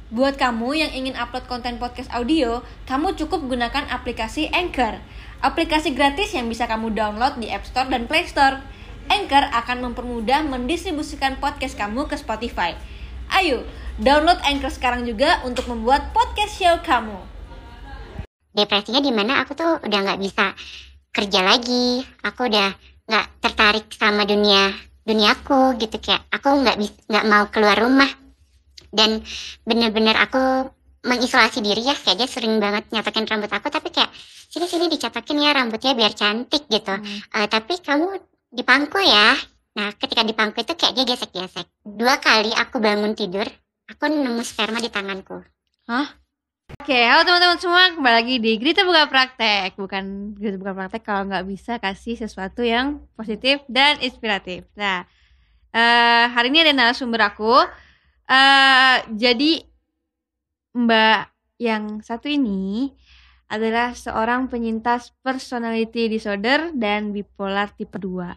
Buat kamu yang ingin upload konten podcast audio, kamu cukup gunakan aplikasi Anchor. Aplikasi gratis yang bisa kamu download di App Store dan Play Store. Anchor akan mempermudah mendistribusikan podcast kamu ke Spotify. Ayo, download Anchor sekarang juga untuk membuat podcast show kamu. Depresinya dimana aku tuh udah gak bisa kerja lagi. Aku udah gak tertarik sama duniaku gitu. Kayak aku gak mau keluar rumah. Dan bener-bener aku mengisolasi diri ya. Kayak dia sering banget nyatakin rambut aku. Tapi kayak sini dicatakin ya rambutnya biar cantik gitu. Tapi kamu di pangku ya. Nah ketika di pangku itu kayak dia gesek-gesek. 2 kali aku bangun tidur, aku nemu sperma di tanganku. Hah? Oke, halo teman-teman semua, kembali lagi di Grita Buka Praktek. Bukan Grita Buka Praktek kalau nggak bisa kasih sesuatu yang positif dan inspiratif. Nah, hari ini ada narasumber aku. Jadi Mbak yang satu ini adalah seorang penyintas personality disorder dan bipolar tipe 2.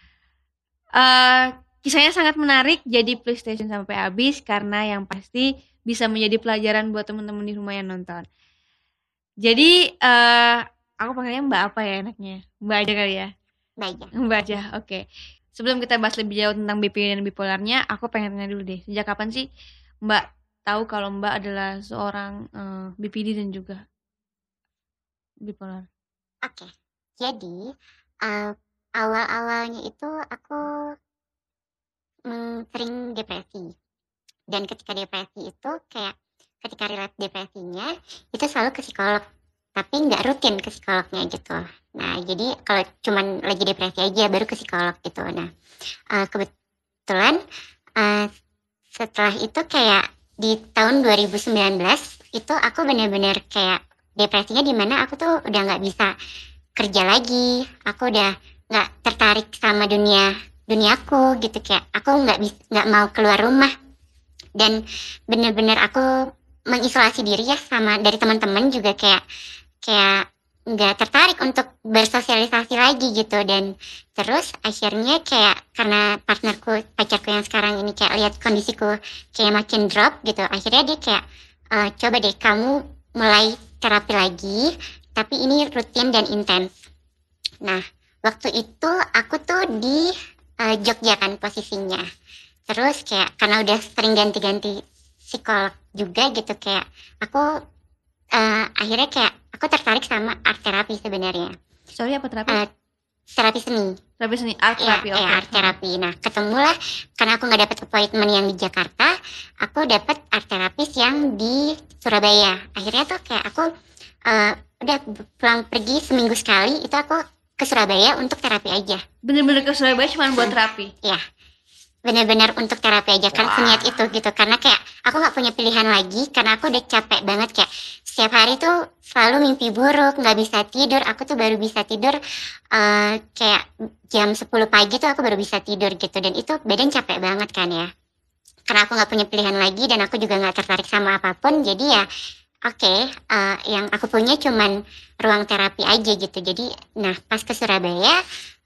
Kisahnya sangat menarik, jadi please stay tune sampai habis karena yang pasti bisa menjadi pelajaran buat teman-teman di rumah yang nonton. Jadi aku panggilnya Mbak apa ya enaknya? Mbak aja kali ya? Mbak aja, oke. Sebelum kita bahas lebih jauh tentang BPD dan bipolarnya, aku pengen tanya dulu deh, sejak kapan sih Mbak tahu kalau Mbak adalah seorang BPD dan juga bipolar? Oke, jadi awal-awalnya itu aku sering depresi. Dan ketika depresi itu kayak ketika relate depresinya itu selalu ke psikolog. Tapi nggak rutin ke psikolognya gitu. Nah jadi kalau cuman lagi depresi aja baru ke psikolog gitu. Nah kebetulan setelah itu kayak di tahun 2019 itu aku benar-benar kayak depresinya dimana aku tuh udah nggak bisa kerja lagi. Aku udah nggak tertarik sama duniaku gitu. Kayak aku nggak mau keluar rumah. Dan benar-benar aku mengisolasi diri ya sama dari teman-teman juga kayak nggak tertarik untuk bersosialisasi lagi gitu. Dan terus akhirnya kayak karena pacarku yang sekarang ini kayak lihat kondisiku kayak makin drop gitu, akhirnya dia kayak coba deh kamu mulai terapi lagi tapi ini rutin dan intens. Nah waktu itu aku tuh di Jogja kan posisinya. Terus kayak karena udah sering ganti-ganti psikolog juga gitu, kayak aku akhirnya kayak aku tertarik sama art terapi sebenarnya. Sorry, apa terapi? Terapi seni. Terapi seni, art terapi. Ya, art terapi. Nah ketemulah karena aku nggak dapet appointment yang di Jakarta, aku dapet art terapis yang di Surabaya. Akhirnya tuh kayak aku udah pulang pergi seminggu sekali itu aku ke Surabaya untuk terapi aja. Bener-bener ke Surabaya cuma buat terapi? Iya. Benar-benar untuk terapi aja kan seniat itu gitu, karena kayak aku nggak punya pilihan lagi karena aku udah capek banget. Kayak setiap hari tuh selalu mimpi buruk, nggak bisa tidur. Aku tuh baru bisa tidur kayak jam 10 pagi tuh aku baru bisa tidur gitu, dan itu badan capek banget kan ya, karena aku nggak punya pilihan lagi dan aku juga nggak tertarik sama apapun. Jadi ya yang aku punya cuman ruang terapi aja gitu. Jadi nah pas ke Surabaya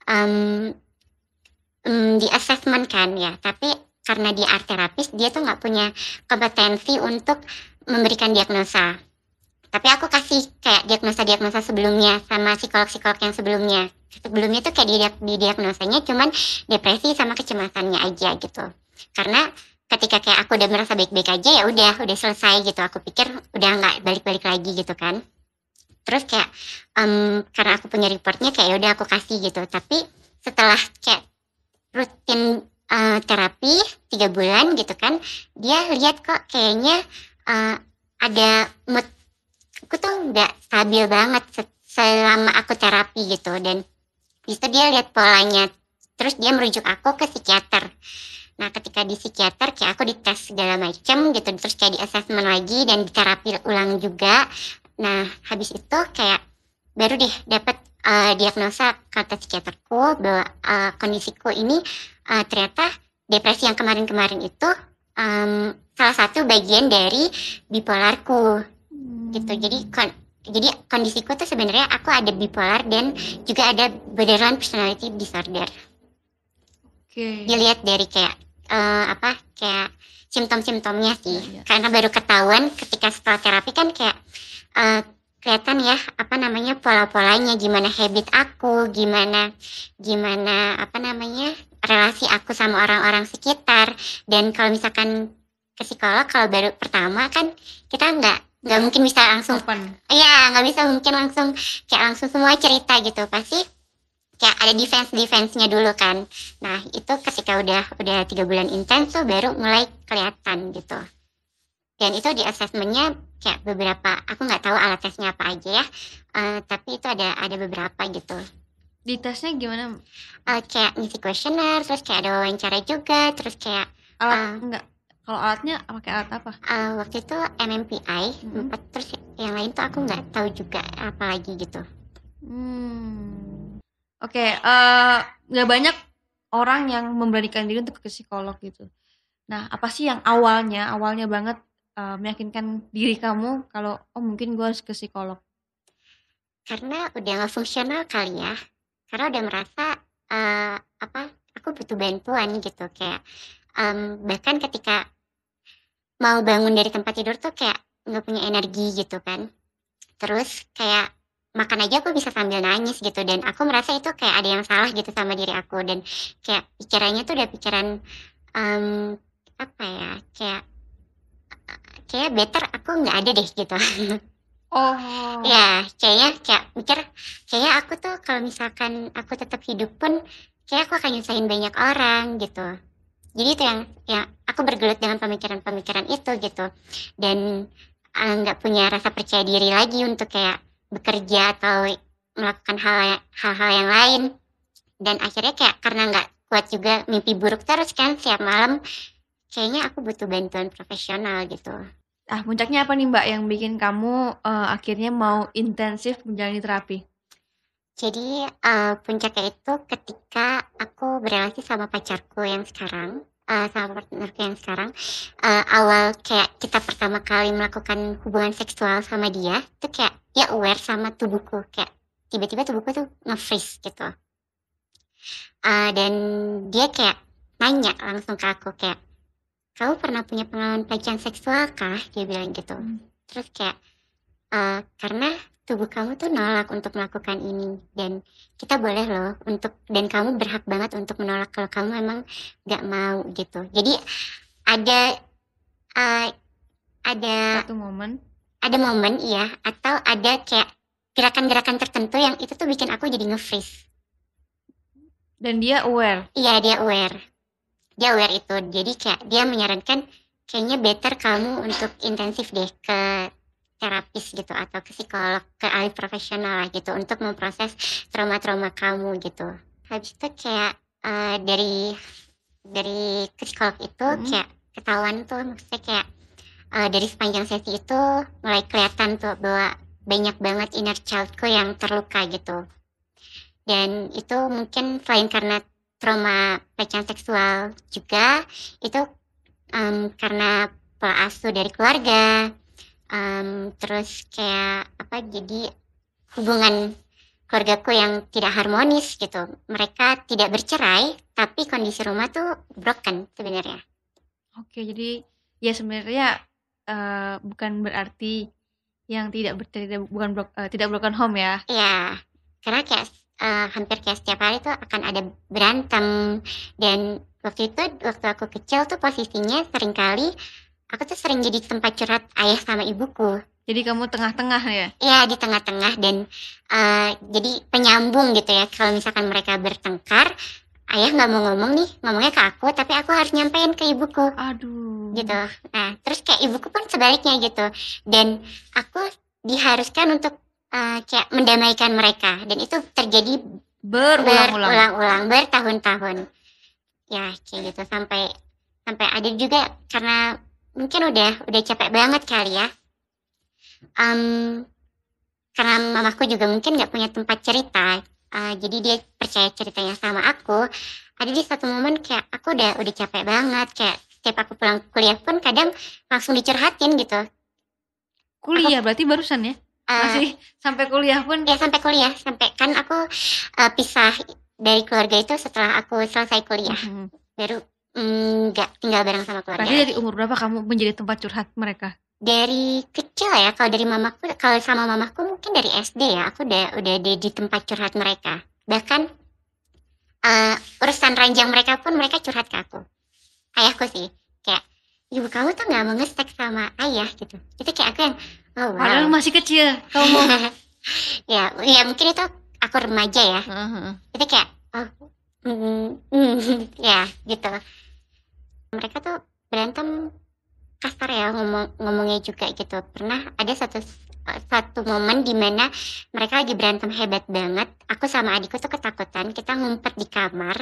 di assessment kan ya, tapi karena dia art terapis dia tuh nggak punya kompetensi untuk memberikan diagnosa. Tapi aku kasih kayak diagnosa sebelumnya sama psikolog yang sebelumnya tuh kayak di diagnosanya cuman depresi sama kecemasannya aja gitu. Karena ketika kayak aku udah merasa baik-baik aja ya udah selesai gitu, aku pikir udah nggak balik-balik lagi gitu kan. Terus kayak karena aku punya reportnya kayak udah aku kasih gitu. Tapi setelah kayak rutin terapi 3 bulan gitu kan, dia lihat kok kayaknya ada mood aku tuh nggak stabil banget selama aku terapi gitu. Dan disitu dia lihat polanya, terus dia merujuk aku ke psikiater. Nah ketika di psikiater kayak aku dites segala macam gitu, terus kayak di assessment lagi dan di terapi ulang juga. Nah habis itu kayak baru deh dapat diagnosa kata psikiaterku bahwa kondisiku ini ternyata depresi yang kemarin-kemarin itu salah satu bagian dari bipolarku gitu. Jadi kondisiku tuh sebenarnya aku ada bipolar dan juga ada borderline personality disorder. Dilihat dari kayak kayak simptom-simptomnya sih. Iya. Karena baru ketahuan ketika setelah terapi kan kayak kelihatan ya apa namanya pola-polanya, gimana habit aku, gimana apa namanya relasi aku sama orang-orang sekitar. Dan kalau misalkan ke psikolog kalau baru pertama kan kita nggak mungkin bisa langsung Open. nggak bisa mungkin langsung semua cerita gitu, pasti kayak ada defense-nya dulu kan. Nah itu ketika udah 3 bulan intens tuh baru mulai kelihatan gitu. Dan itu di assessmentnya kayak beberapa, aku nggak tahu alat tesnya apa aja ya, tapi itu ada beberapa gitu. Di tesnya gimana? Kayak ngisi kuesioner, terus kayak ada wawancara juga, terus kayak Alat enggak? Kalau alatnya pakai alat apa? Waktu itu MMPI, terus yang lain tuh aku nggak tahu juga apa lagi gitu. Oke, nggak banyak orang yang memberanikan diri untuk ke psikolog gitu. Nah, apa sih yang awalnya banget meyakinkan diri kamu kalau mungkin gue harus ke psikolog? Karena udah nggak fungsional kali ya. Karena udah merasa aku butuh bantuan gitu, kayak bahkan ketika mau bangun dari tempat tidur tuh kayak nggak punya energi gitu kan. Terus kayak makan aja aku bisa sambil nangis gitu, dan aku merasa itu kayak ada yang salah gitu sama diri aku, dan kayak pikirannya tuh udah pikiran apa ya, kayak better aku nggak ada deh gitu. Ya kayaknya kayak mikir kayaknya aku tuh kalau misalkan aku tetap hidup pun kayak aku akan nyusahin banyak orang gitu. Jadi itu yang aku bergelut dengan pemikiran itu gitu, dan nggak punya rasa percaya diri lagi untuk kayak bekerja atau melakukan hal-hal yang lain. Dan akhirnya kayak karena nggak kuat juga mimpi buruk terus kan setiap malam, kayaknya aku butuh bantuan profesional gitu. Puncaknya apa nih Mbak yang bikin kamu akhirnya mau intensif menjalani terapi? Jadi puncaknya itu ketika aku berrelasi sama pacarku yang sekarang, sama partnerku yang sekarang. Awal kayak kita pertama kali melakukan hubungan seksual sama dia, itu kayak dia aware sama tubuhku, kayak tiba-tiba tubuhku tuh nge-freeze gitu. Dan dia kayak nanya langsung ke aku kayak, kamu pernah punya pengalaman pelecehan seksual kah? Dia bilang gitu. Terus kayak karena tubuh kamu tuh nolak untuk melakukan ini, dan kita boleh loh dan kamu berhak banget untuk menolak kalau kamu memang gak mau gitu. Jadi ada Satu momen. Ada momen iya, atau ada kayak gerakan-gerakan tertentu yang itu tuh bikin aku jadi nge-freeze. Dan dia aware? Iya, dia aware itu. Jadi kayak dia menyarankan kayaknya better kamu untuk intensif deh ke terapis gitu, atau ke psikolog, ke ahli profesional lah gitu, untuk memproses trauma-trauma kamu gitu. Habis itu kayak dari ke psikolog itu kayak ketahuan tuh, maksudnya kayak dari sepanjang sesi itu mulai kelihatan tuh bahwa banyak banget inner childku yang terluka gitu. Dan itu mungkin selain karena trauma pelecehan seksual juga, itu karena pola asuh dari keluarga. Terus kayak jadi hubungan keluargaku yang tidak harmonis gitu. Mereka tidak bercerai, tapi kondisi rumah tuh broken sebenarnya. Oke, jadi ya sebenarnya bukan berarti yang tidak broken home ya? Iya, karena kayak hampir kayak setiap hari tuh akan ada berantem. Dan waktu aku kecil tuh posisinya seringkali aku tuh sering jadi tempat curhat ayah sama ibuku. Jadi kamu tengah-tengah ya? Iya, di tengah-tengah, dan jadi penyambung gitu ya. Kalau misalkan mereka bertengkar, ayah nggak mau ngomong nih, ngomongnya ke aku, tapi aku harus nyampein ke ibuku. Aduh. Gitu. Nah, terus kayak ibuku pun sebaliknya gitu. Dan aku diharuskan untuk kayak mendamaikan mereka. Dan itu terjadi berulang-ulang, bertahun-tahun. Ya, kayak gitu sampai ada juga karena mungkin udah capek banget kali ya. Karena mamaku juga mungkin nggak punya tempat cerita, jadi dia percaya ceritanya sama aku. Ada di satu momen kayak aku udah capek banget, kayak setiap aku pulang kuliah pun kadang langsung dicurhatin gitu. Kuliah berarti barusan ya? Masih sampai kuliah pun? Ya sampai kuliah, sampai kan aku pisah dari keluarga itu setelah aku selesai kuliah. Baru Enggak tinggal bareng sama keluarga Berarti dari lagi. umur berapa kamu menjadi tempat curhat mereka? Dari kecil ya, kalau dari mamaku, kalau sama mamaku mungkin dari SD ya, aku udah di tempat curhat mereka. Bahkan urusan ranjang mereka pun mereka curhat ke aku. Ayahku sih, kayak ibu kamu tuh nggak mau ngestek sama ayah gitu. Itu kayak aku yang oh wow. Padahal masih kecil, kamu mau. ya mungkin itu aku remaja ya. Itu kayak oh ya gitu. Mereka tuh berantem kasar ya, ngomongnya juga gitu. Pernah ada satu momen di mana mereka lagi berantem hebat banget. Aku sama adikku tuh ketakutan. Kita ngumpet di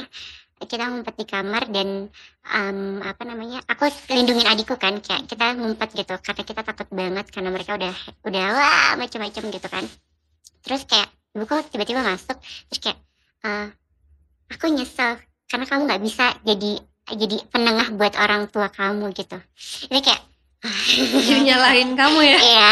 kamar dan apa namanya? Aku lindungin adikku kan, kayak kita ngumpet gitu karena kita takut banget karena mereka udah wah macam-macam gitu kan. Terus kayak ibuku tiba-tiba masuk, terus kayak aku nyesel karena kamu nggak bisa jadi penengah buat orang tua kamu gitu. Ini kayak Jadi nyalahin kamu ya? iya.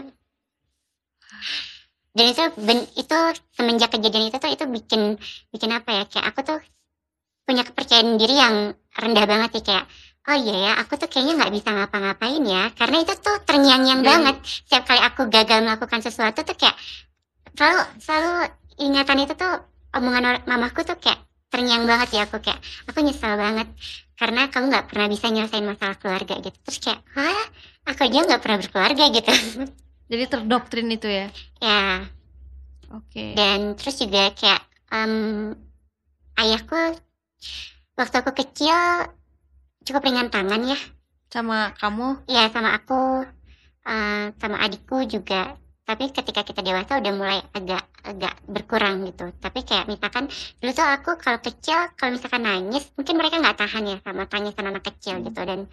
Dan itu semenjak kejadian itu tuh itu bikin apa ya, kayak aku tuh punya kepercayaan diri yang rendah banget sih, kayak oh iya ya aku tuh kayaknya nggak bisa ngapa-ngapain ya, karena itu tuh terngiang-ngiang banget setiap kali aku gagal melakukan sesuatu tuh kayak selalu ingatan itu tuh, omongan mamaku tuh kayak terngiang banget ya, aku kayak aku nyesal banget karena kamu nggak pernah bisa nyelesain masalah keluarga gitu. Terus kayak hah, aku aja nggak pernah berkeluarga gitu. Jadi terdoktrin itu ya? Ya. Oke. Dan terus juga kayak ayahku waktu aku kecil cukup ringan tangan ya. Sama kamu? Iya sama aku, sama adikku juga. Tapi ketika kita dewasa udah mulai agak berkurang gitu. Tapi kayak misalkan dulu tuh aku kalau kecil kalau misalkan nangis mungkin mereka nggak tahan ya sama tangisan anak kecil gitu, dan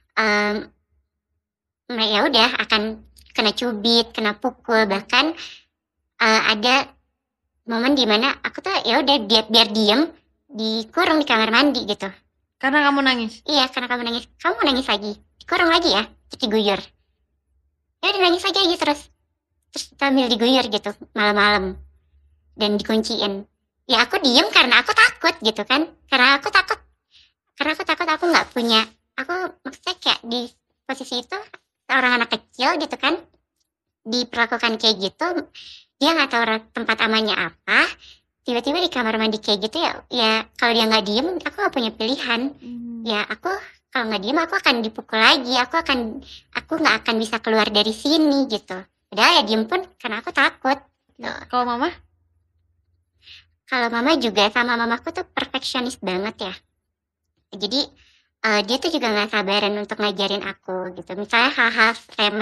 mereka ya udah akan kena cubit, kena pukul, bahkan ada momen dimana aku tuh ya udah biar diem dikurung di kamar mandi gitu. Karena kamu nangis? Iya karena kamu nangis, kamu nangis lagi, dikurung lagi ya, terus diguyur. Ya udah nangis lagi aja terus sambil diguyur gitu malam-malam dan dikunciin. Ya aku diem karena aku takut gitu kan, karena aku takut aku nggak punya, aku maksudnya kayak di posisi itu seorang anak kecil gitu kan diperlakukan kayak gitu, dia nggak tahu tempat amannya apa, tiba-tiba di kamar mandi kayak gitu ya kalau dia nggak diem aku nggak punya pilihan. Ya aku kalau nggak diem aku akan dipukul lagi, aku nggak akan bisa keluar dari sini gitu. Padahal ya diem pun karena aku takut. Kalau mama? Kalau mama juga, sama mamaku tuh perfeksionis banget ya. Jadi dia tuh juga nggak sabaran untuk ngajarin aku gitu. Misalnya hal-hal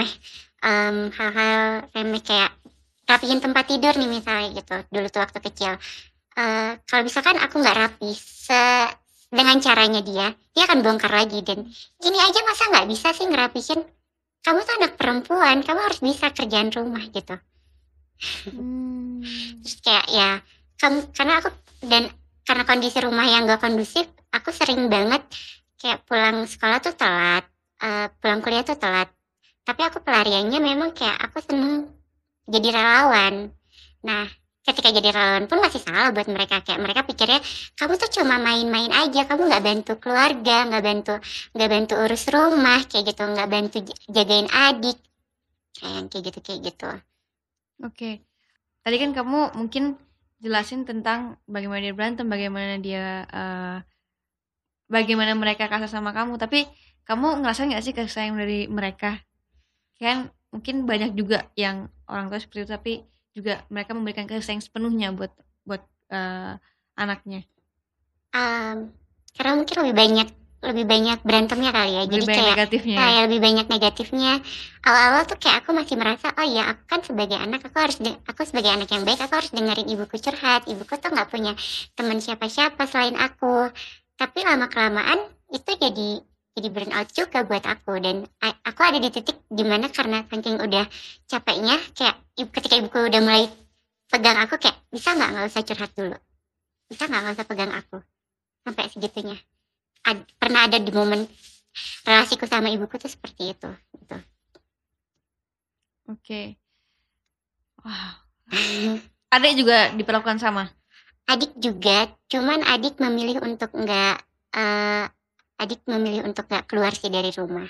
remeh kayak rapihin tempat tidur nih misalnya gitu. Dulu tuh waktu kecil. Kalau misalkan aku nggak rapi dengan caranya dia akan bongkar lagi, dan gini aja masa nggak bisa sih ngerapihin? Kamu tuh anak perempuan, kamu harus bisa kerjaan rumah gitu. Terus kayak ya karena kondisi rumah yang gak kondusif, aku sering banget kayak pulang sekolah tuh telat, pulang kuliah tuh telat. Tapi aku pelariannya memang kayak aku seneng jadi relawan. Nah ketika jadi relawan pun masih salah buat mereka, kayak mereka pikirnya kamu tuh cuma main-main aja, kamu nggak bantu keluarga, nggak bantu urus rumah kayak gitu, nggak bantu jagain adik kayak gitu. Oke. Tadi kan kamu mungkin jelasin tentang bagaimana dia berantem, bagaimana mereka kasar sama kamu, tapi kamu ngerasain nggak sih kasih sayang dari mereka? Kan mungkin banyak juga yang orang tua seperti itu, tapi juga mereka memberikan kasih sayang sepenuhnya buat anaknya. Karena mungkin lebih banyak berantemnya kali ya, Lebih jadi banyak kayak negatifnya. kayak lebih banyak negatifnya. Awal-awal tuh kayak aku masih merasa oh ya aku kan sebagai anak, aku sebagai anak yang baik aku harus dengerin ibuku curhat, ibuku tuh nggak punya teman siapa-siapa selain aku. Tapi lama kelamaan itu jadi burn out juga buat aku, dan aku ada di titik dimana karena saking udah capeknya, kayak ketika ibuku udah mulai pegang aku kayak bisa nggak usah curhat dulu, bisa nggak usah pegang aku, sampai segitunya. Pernah ada di momen relasiku sama ibuku tuh seperti itu gitu. Oke. Wow. Adik juga diperlakukan sama? Adik juga, cuman adik memilih untuk nggak adik memilih untuk nggak keluar sih dari rumah.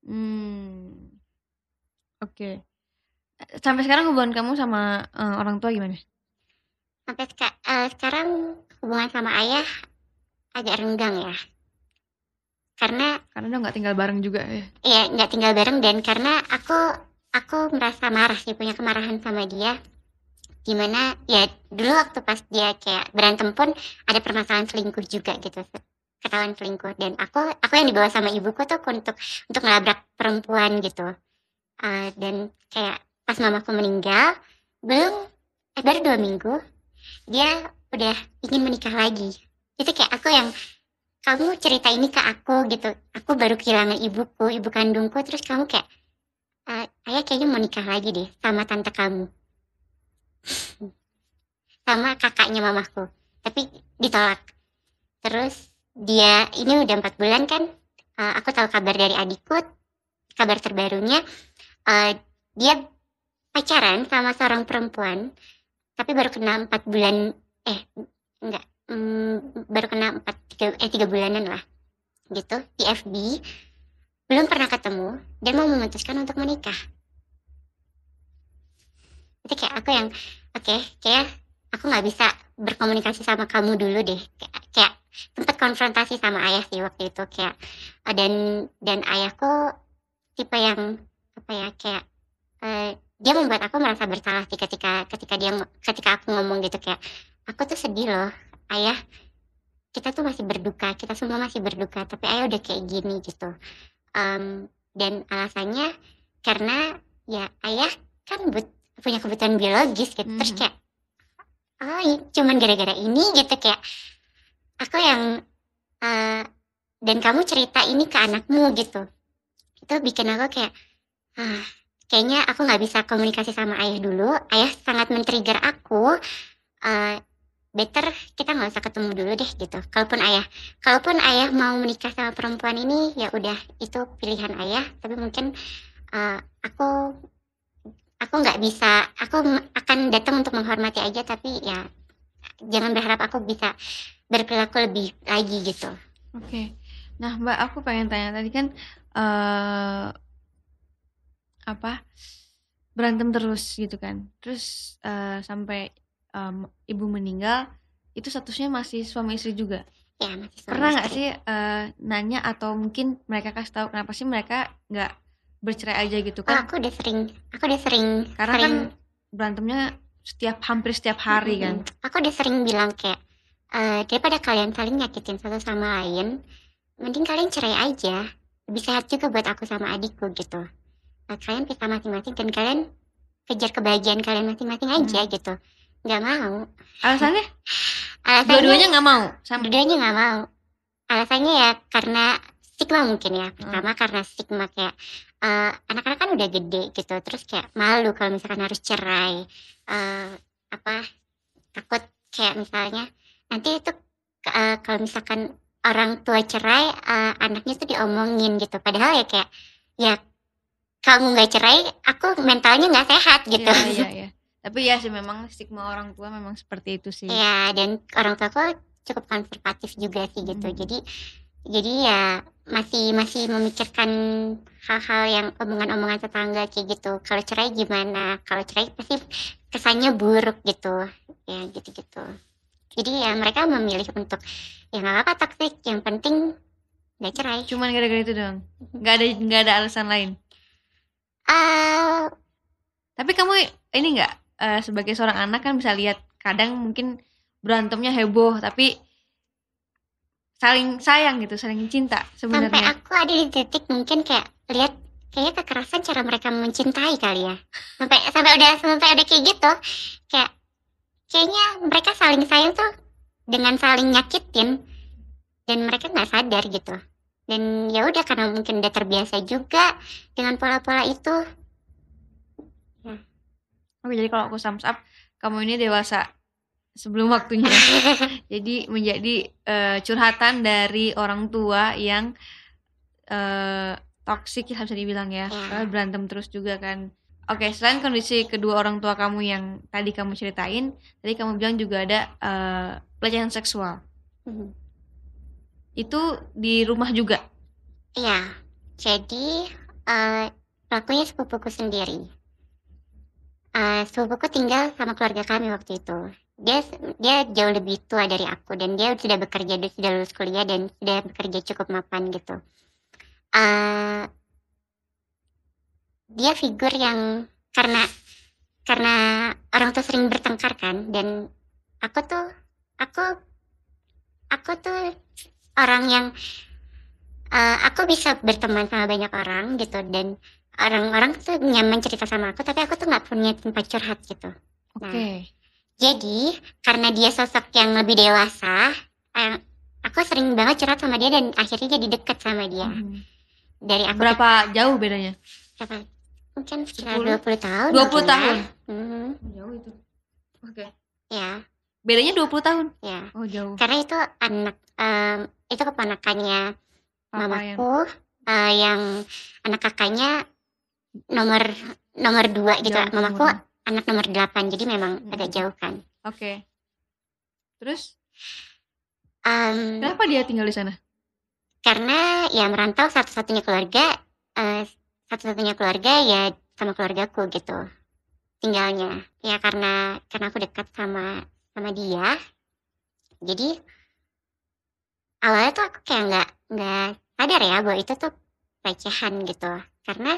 Oke. Sampai sekarang hubungan kamu sama orang tua gimana? Sampai sekarang hubungan sama ayah agak renggang ya. Karena udah nggak tinggal bareng juga ya? Iya, nggak tinggal bareng, dan karena aku merasa marah sih, punya kemarahan sama dia. Dimana ya dulu waktu pas dia kayak berantem pun ada permasalahan selingkuh juga gitu, ketahuan selingkuh, dan aku yang dibawa sama ibuku tuh untuk ngelabrak perempuan gitu. Dan kayak pas mamaku meninggal, baru 2 minggu dia udah ingin menikah lagi. Itu kayak aku yang, kamu cerita ini ke aku gitu, aku baru kehilangan ibu kandungku, terus kamu kayak, ayah kayaknya mau nikah lagi deh sama tante kamu, sama kakaknya mamaku, tapi ditolak. Terus dia ini udah 4 bulan kan, aku tahu kabar dari adikku, kabar terbarunya, dia pacaran sama seorang perempuan, tapi baru kena 4 bulan, baru kena 3 bulanan lah gitu, di FB, belum pernah ketemu, dan mau memutuskan untuk menikah. Itu kayak aku yang, oke, kayak aku nggak bisa berkomunikasi sama kamu dulu deh, kayak sempat konfrontasi sama ayah sih waktu itu, kayak dan ayahku tipe yang apa ya, kayak dia membuat aku merasa bersalah sih ketika aku ngomong gitu, kayak aku tuh sedih loh ayah, kita tuh masih berduka, kita semua masih berduka, tapi ayah udah kayak gini gitu. Dan alasannya karena ya ayah kan punya kebutuhan biologis gitu. Terus kayak, cuman gara-gara ini gitu, kayak aku yang dan kamu cerita ini ke anakmu gitu, itu bikin aku kayak, kayaknya aku nggak bisa komunikasi sama ayah dulu, ayah sangat men-trigger aku, better kita nggak usah ketemu dulu deh gitu. Kalaupun ayah mau menikah sama perempuan ini, ya udah, itu pilihan ayah, tapi mungkin aku nggak bisa, aku akan datang untuk menghormati aja, tapi ya jangan berharap aku bisa berperilaku lebih lagi gitu. Oke. Nah Mbak, aku pengen tanya, tadi kan berantem terus gitu kan, terus sampai ibu meninggal, itu statusnya masih suami istri juga? Ya, masih suami Pernah nggak istri. sih nanya, atau mungkin mereka kasih tahu kenapa sih mereka nggak bercerai aja gitu kan? Aku udah sering Karena kan berantemnya hampir setiap hari kan. Aku udah sering bilang kayak, daripada kalian saling nyakitin satu sama lain, mending kalian cerai aja, lebih sehat juga buat aku sama adikku gitu. Kalian pisah masing-masing dan kalian kejar kebahagiaan kalian masing-masing aja gitu. Nggak mau. Alasannya dua-duanya nggak mau? Dua-duanya nggak mau. Alasannya ya karena stigma mungkin ya. Pertama karena stigma, kayak anak-anak kan udah gede gitu, terus kayak malu kalau misalkan harus cerai, takut kayak misalnya nanti itu kalau misalkan orang tua cerai, anaknya tuh diomongin gitu, padahal ya kayak, ya kamu nggak cerai, aku mentalnya nggak sehat gitu. Iya. Tapi ya sih, memang stigma orang tua memang seperti itu sih. Iya, dan orang tua aku cukup konservatif juga sih gitu. Jadi ya masih memikirkan hal-hal yang omongan-omongan tetangga kayak gitu. Kalau cerai gimana? Kalau cerai pasti kesannya buruk gitu. Ya gitu-gitu. Jadi ya mereka memilih untuk, ya nggak apa-apa toksik, yang penting nggak cerai. Cuman gara-gara itu doang? Nggak ada alasan lain? Tapi kamu ini nggak, sebagai seorang anak kan bisa lihat kadang mungkin berantemnya heboh, tapi saling sayang gitu, saling cinta sebenarnya. Sampai aku ada di titik mungkin kayak lihat kayaknya kekerasan cara mereka mencintai kali ya. Sampai udah kayak gitu, kayak kayaknya mereka saling sayang tuh dengan saling nyakitin, dan mereka nggak sadar gitu. Dan ya udah, karena mungkin udah terbiasa juga dengan pola-pola itu. Oke, jadi kalau aku sums up, kamu ini dewasa sebelum waktunya. Jadi menjadi curhatan dari orang tua yang toksik ya, bisa dibilang ya. Karena berantem terus juga kan. Oke, selain kondisi kedua orang tua kamu yang tadi kamu ceritain, tadi kamu bilang juga ada pelecehan seksual. Itu di rumah juga? Iya, jadi pelakunya sepupuku sendiri. Sepupuku tinggal sama keluarga kami waktu itu. Dia jauh lebih tua dari aku dan dia sudah bekerja, dia sudah lulus kuliah dan sudah bekerja cukup mapan gitu. Uh, Dia figur yang karena karena orang tuh sering bertengkar kan, dan aku tuh aku aku tuh orang yang aku bisa berteman sama banyak orang gitu, dan orang-orang tuh nyaman cerita sama aku, tapi aku tuh nggak punya tempat curhat gitu. Nah, Oke. jadi karena dia sosok yang lebih dewasa, aku sering banget curhat sama dia dan akhirnya jadi deket sama dia. Dari aku Berapa jauh bedanya? Mungkin sekitar 10? 20 tahun. 20 tahun? Jauh itu. Oke. Ya, Bedanya 20 tahun? ya. Oh jauh. Karena itu itu keponakannya Papa mamaku, yang anak kakaknya nomor 2 gitu. Jauh Mamaku umurnya. anak nomor 8, jadi memang agak jauh kan. Oke. Terus kenapa dia tinggal di sana? Karena ya merantau, satu-satunya keluarga ya sama keluargaku gitu tinggalnya. Ya karena aku dekat sama dia. Jadi awalnya tuh aku kayak nggak sadar ya bahwa itu tuh pelecehan gitu. Karena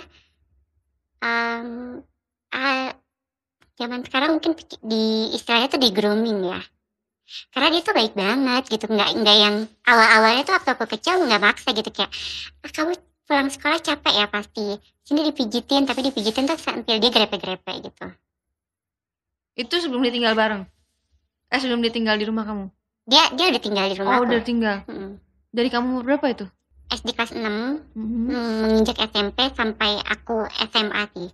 zaman sekarang mungkin di istilahnya tuh di grooming ya. Karena dia tuh baik banget gitu, nggak yang awalnya tuh waktu aku kecil nggak maksa gitu, kayak kamu pulang sekolah capek ya pasti, sini dipijitin, tapi dipijitin tuh sambil dia grepe-grepe gitu. Itu sebelum ditinggal bareng? Sebelum ditinggal di rumah kamu? Dia udah tinggal di rumah. Oh udah tinggal. Dari kamu umur berapa itu? SD kelas 6, menginjak SMP sampai aku SMA sih.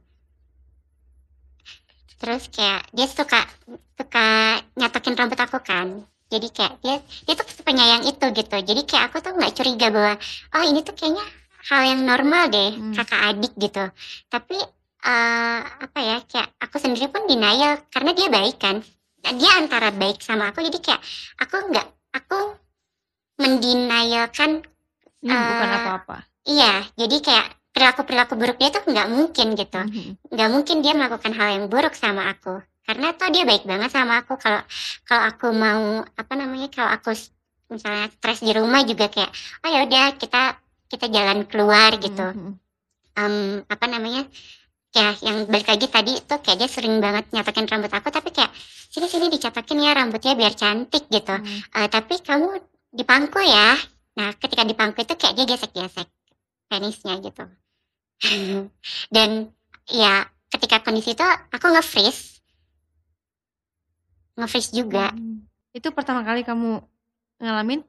Terus kayak dia suka nyatokin rambut aku kan, jadi kayak dia tuh penyayang itu gitu. Jadi kayak aku tuh nggak curiga bahwa oh ini tuh kayaknya hal yang normal deh, kakak adik gitu. Tapi apa ya, kayak aku sendiri pun denial karena dia baik kan, dia antara baik sama aku, jadi kayak aku mendenialkan bukan apa-apa. Iya, jadi kayak perilaku buruk dia tuh nggak mungkin gitu. Nggak mungkin dia melakukan hal yang buruk sama aku. Karena tuh dia baik banget sama aku. Kalau aku mau kalau aku misalnya stres di rumah juga kayak, oh ya udah kita jalan keluar gitu. Kayak yang balik lagi tadi tuh kayak dia sering banget nyatakin rambut aku, tapi kayak sini dicatakin ya rambutnya biar cantik gitu. Tapi kamu dipangku ya. Nah, ketika dipangku itu kayak dia gesek-gesek penisnya gitu. Dan ya ketika kondisi itu aku nge-freeze juga. Itu pertama kali kamu ngalamin?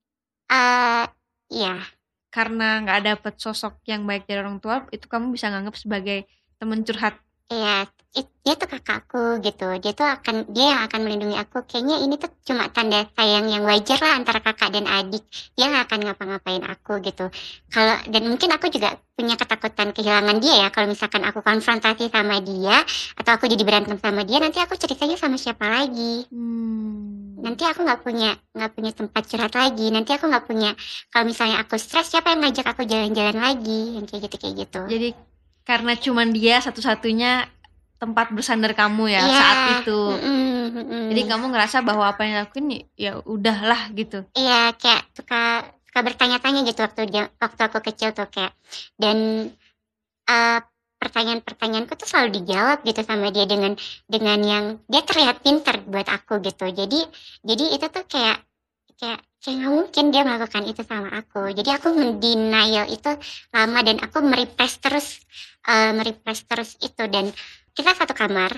Iya. Karena nggak dapet sosok yang baik dari orang tua, itu kamu bisa nganggap sebagai temen curhat? Iya, dia tuh kakakku gitu. Dia yang akan melindungi aku. Kayaknya ini tuh cuma tanda sayang yang wajar lah antara kakak dan adik. Dia nggak akan ngapa-ngapain aku gitu. Dan mungkin aku juga punya ketakutan kehilangan dia ya. Kalau misalkan aku konfrontasi sama dia atau aku jadi berantem sama dia, nanti aku ceritanya sama siapa lagi? Nanti aku nggak punya tempat curhat lagi. Nanti aku nggak punya, kalau misalnya aku stres, siapa yang ngajak aku jalan-jalan lagi? Yang kayak gitu. Jadi karena cuman dia satu-satunya tempat bersandar kamu ya saat itu. Jadi kamu ngerasa bahwa apa yang lakuin ya udahlah gitu. Iya, kayak suka bertanya-tanya gitu waktu aku kecil tuh kayak, dan pertanyaan-pertanyaanku tuh selalu dijawab gitu sama dia dengan yang dia terlihat pintar buat aku gitu. Jadi itu tuh kayak nggak mungkin dia melakukan itu sama aku. Jadi aku mendenial itu lama dan aku merepress terus itu. Dan kita satu kamar,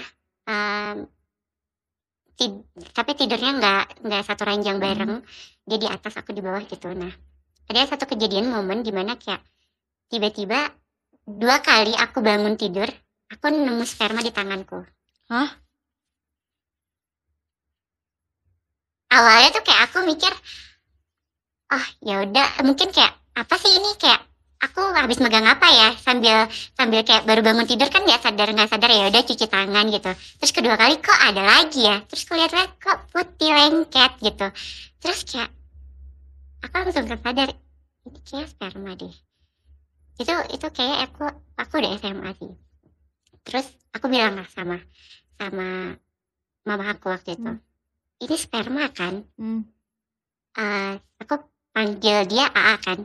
tapi tidurnya nggak satu ranjang bareng. Dia di atas, aku di bawah gitu. Nah, ada satu kejadian momen dimana kayak tiba-tiba 2 kali aku bangun tidur, aku nemu sperma di tanganku. Hah? Awalnya tuh kayak aku mikir, oh ya udah, mungkin kayak apa sih ini, kayak aku habis megang apa ya, sambil kayak baru bangun tidur kan nggak sadar ya udah cuci tangan gitu. Terus kedua kali kok ada lagi ya, terus kulihat kok putih lengket gitu. Terus kayak aku langsung sadar ini kayak sperma deh. Itu kayak aku udah SMA sih. Terus aku bilang lah sama mama aku waktu itu, ini sperma kan. Aku panggil dia AA kan.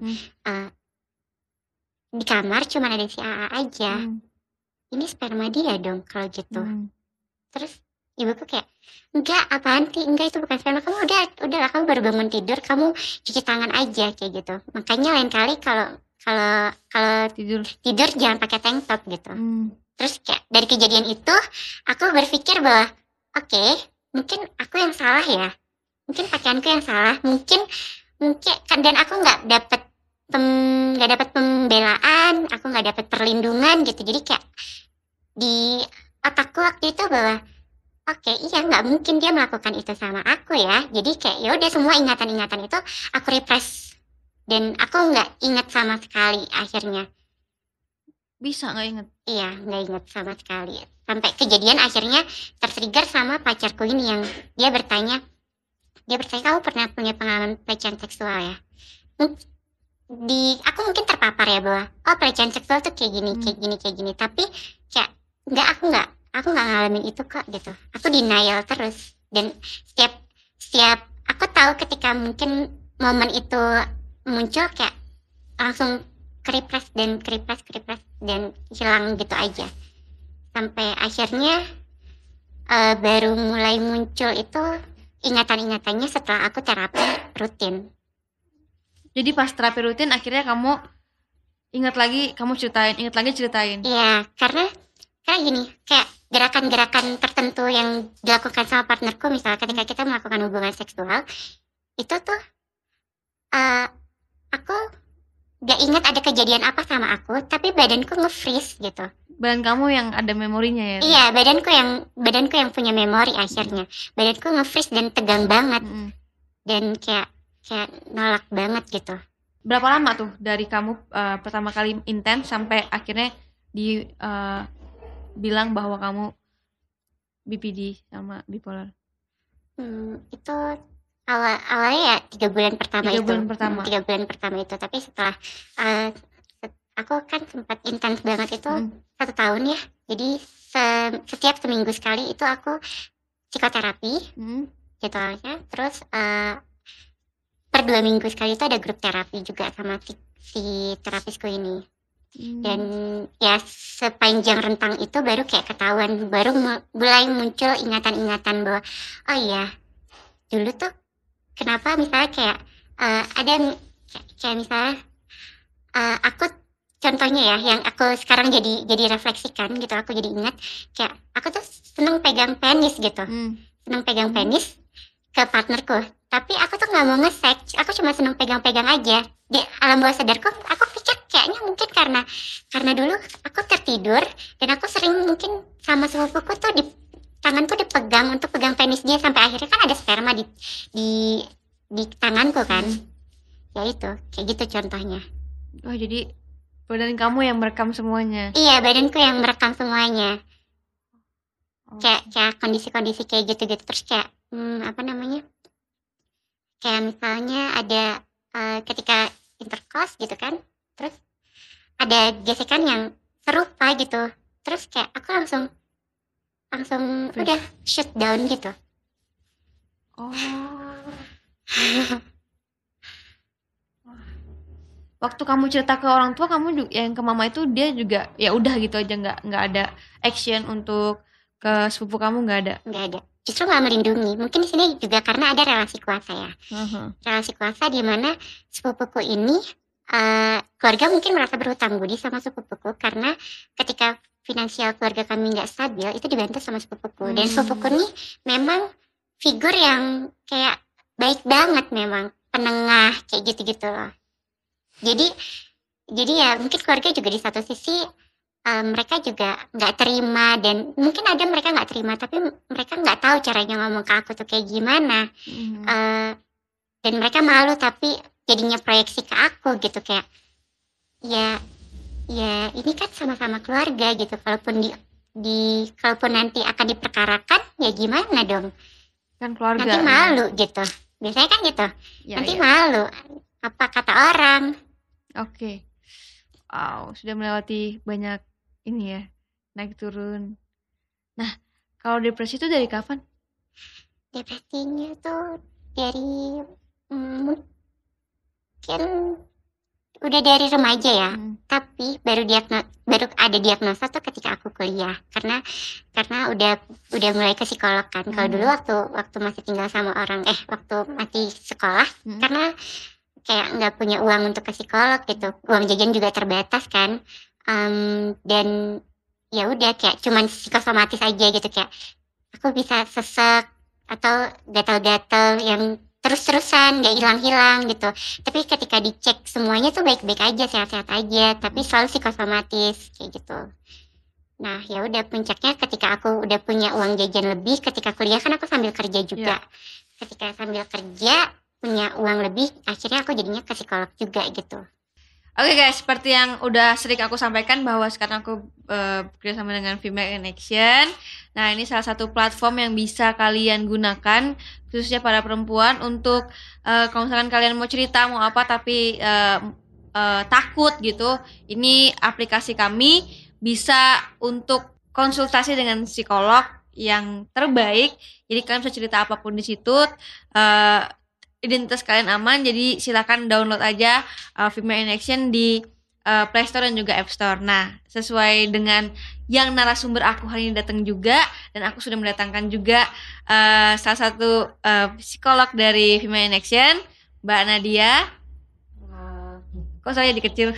Di kamar cuma ada si AA aja. Ini sperma dia dong kalau gitu. Terus ibuku kayak, enggak, apaan sih, enggak, itu bukan sperma. Kamu udahlah, kamu baru bangun tidur, kamu cuci tangan aja kayak gitu. Makanya lain kali kalau tidur jangan pakai tank top gitu. Terus kayak dari kejadian itu aku berpikir bahwa oke, mungkin aku yang salah ya, mungkin pakaianku yang salah, mungkin dan aku nggak dapet pembelaan, aku nggak dapet perlindungan gitu. Jadi kayak di otakku waktu itu bahwa oke, iya, nggak mungkin dia melakukan itu sama aku ya. Jadi kayak ya udah, semua ingatan-ingatan itu aku repress dan aku nggak ingat sama sekali akhirnya. Bisa nggak inget? Iya, nggak ingat sama sekali. Sampai kejadian akhirnya tertrigger sama pacarku ini yang dia bertanya, kamu pernah punya pengalaman pelecehan seksual ya? Aku mungkin terpapar ya bahwa pelecehan seksual tuh kayak gini. Tapi kayak aku nggak ngalamin itu kok gitu. Aku denial terus. Dan setiap aku tahu ketika mungkin momen itu muncul, kayak langsung keripres dan hilang gitu aja. Sampai akhirnya baru mulai muncul itu ingatan-ingatannya setelah aku terapi rutin. Jadi pas terapi rutin akhirnya kamu ingat lagi, kamu ceritain. Iya, karena gini, kayak gerakan-gerakan tertentu yang dilakukan sama partnerku, misalnya ketika kita melakukan hubungan seksual, itu tuh aku gak ingat ada kejadian apa sama aku, tapi badanku nge-freeze gitu. Badan kamu yang ada memorinya ya? Iya, badanku yang punya memori akhirnya. Badanku nge-freeze dan tegang banget. Dan kayak nolak banget gitu. Berapa lama tuh dari kamu pertama kali intens sampai akhirnya bilang bahwa kamu BPD sama bipolar? Itu awalnya ya 3 bulan pertama. 3 bulan pertama. 3 bulan pertama itu, tapi setelah aku kan sempat intens banget itu 1 tahun ya. Jadi setiap seminggu sekali itu aku psikoterapi gitu aja. Terus per 2 minggu sekali itu ada grup terapi juga sama si terapisku ini. Dan ya sepanjang rentang itu baru kayak ketahuan, baru mulai muncul ingatan-ingatan bahwa oh iya, dulu tuh kenapa misalnya kayak ada kayak misalnya aku contohnya ya yang aku sekarang jadi refleksikan gitu, aku jadi ingat kayak aku tuh seneng pegang penis gitu. Seneng pegang penis ke partnerku, tapi aku tuh nggak mau nge-sex, aku cuma seneng pegang-pegang aja. Di alam bawah sadarku aku pikir kayaknya mungkin karena dulu aku tertidur dan aku sering mungkin sama sepupuku tuh tanganku dipegang untuk pegang penis dia, sampai akhirnya kan ada sperma di tanganku kan. Ya itu kayak gitu contohnya. Oh, jadi badan kamu yang merekam semuanya? Iya, badanku yang merekam semuanya. Kayak kondisi-kondisi kayak gitu-gitu. Terus kayak kayak misalnya ada ketika intercourse gitu kan, terus ada gesekan yang serupa gitu, terus kayak aku langsung udah shut down gitu. Waktu kamu cerita ke orang tua kamu yang ke mama itu, dia juga ya udah gitu aja, nggak ada action untuk ke sepupu kamu? Nggak ada, justru nggak melindungi. Mungkin di sini juga karena ada relasi kuasa ya. Relasi kuasa di mana sepupuku ini keluarga mungkin merasa berhutang budi sama sepupuku, karena ketika finansial keluarga kami nggak stabil itu dibantu sama sepupuku. Dan sepupuku ini memang figur yang kayak baik banget, memang penengah kayak gitu-gitu loh. Jadi ya mungkin keluarga juga di satu sisi mereka juga nggak terima, dan mungkin ada mereka nggak terima tapi mereka nggak tahu caranya ngomong ke aku tuh kayak gimana. Dan mereka malu tapi jadinya proyeksi ke aku gitu, kayak ya ini kan sama-sama keluarga gitu, kalaupun kalaupun nanti akan diperkarakan ya gimana dong, kan keluarga nanti malu gitu, biasanya kan gitu ya, nanti malu. apa kata orang. Oke. Wow, sudah melewati banyak ini ya, naik turun. Nah, kalau depresi itu dari kapan? Depresinya tuh dari mungkin udah dari remaja ya. Tapi baru ada diagnosa tuh ketika aku kuliah, karena udah mulai ke psikolog kan. Kalau dulu waktu masih tinggal sama orang waktu masih sekolah, karena kayak nggak punya uang untuk ke psikolog gitu, uang jajan juga terbatas kan. Dan ya udah kayak cuman psikosomatis aja gitu, kayak aku bisa sesek atau gatal-gatal yang terus-terusan nggak hilang-hilang gitu. Tapi ketika dicek semuanya tuh baik-baik aja, sehat-sehat aja, tapi selalu psikosomatis kayak gitu. Nah ya udah puncaknya ketika aku udah punya uang jajan lebih ketika kuliah, kan aku sambil kerja juga. Ketika sambil kerja punya uang lebih, akhirnya aku jadinya ke psikolog juga gitu. Oke guys, seperti yang udah sering aku sampaikan bahwa sekarang aku bekerja sama dengan Female in Action. Nah, ini salah satu platform yang bisa kalian gunakan khususnya para perempuan untuk kalau misalkan kalian mau cerita mau apa tapi takut gitu. Ini aplikasi kami bisa untuk konsultasi dengan psikolog yang terbaik. Jadi kalian bisa cerita apapun di situ. Identitas kalian aman, jadi silakan download aja Female in Action di Play Store dan juga App Store. Nah, sesuai dengan yang narasumber aku hari ini datang juga, dan aku sudah mendatangkan juga salah satu psikolog dari Female in Action, Mbak Nadia. Kok saya dikecil?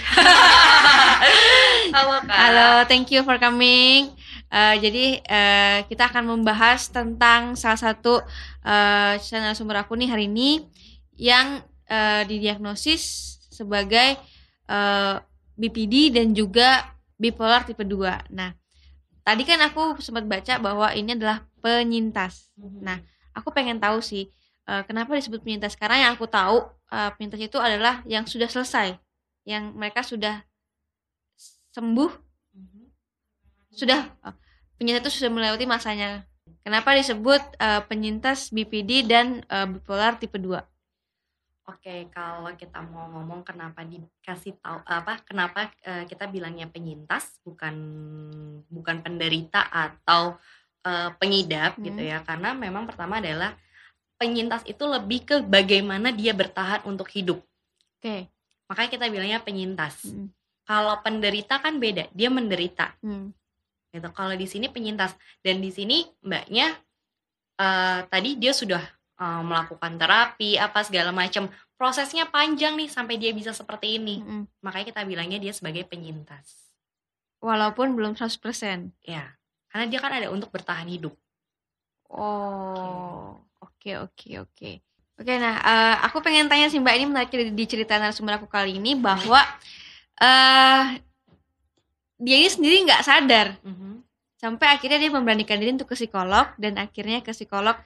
Halo Kak. Halo, thank you for coming. Jadi kita akan membahas tentang salah satu channel sumber aku nih hari ini yang didiagnosis sebagai BPD dan juga bipolar tipe 2. Nah, tadi kan aku sempat baca bahwa ini adalah penyintas. Nah, aku pengen tahu sih kenapa disebut penyintas, karena yang aku tahu penyintas itu adalah yang sudah selesai, yang mereka sudah sembuh, sudah penyintas itu sudah melewati masanya. Kenapa disebut penyintas BPD dan bipolar tipe 2? Oke, kalau kita mau ngomong kenapa dikasih tahu kenapa kita bilangnya penyintas bukan penderita atau pengidap gitu ya, karena memang pertama adalah penyintas itu lebih ke bagaimana dia bertahan untuk hidup. Oke. Makanya kita bilangnya penyintas. Kalau penderita kan beda, dia menderita. Gitu. Kalau di sini penyintas, dan di sini mbaknya tadi dia sudah melakukan terapi apa segala macam, prosesnya panjang nih sampai dia bisa seperti ini. Makanya kita bilangnya dia sebagai penyintas. Walaupun belum 100%. Ya, karena dia kan ada untuk bertahan hidup. Oh, oke. Oke, nah aku pengen tanya sih Mbak, ini menarik di cerita narasumber aku kali ini bahwa dia ini sendiri nggak sadar. Sampai akhirnya dia memberanikan diri untuk ke psikolog, dan akhirnya ke psikolog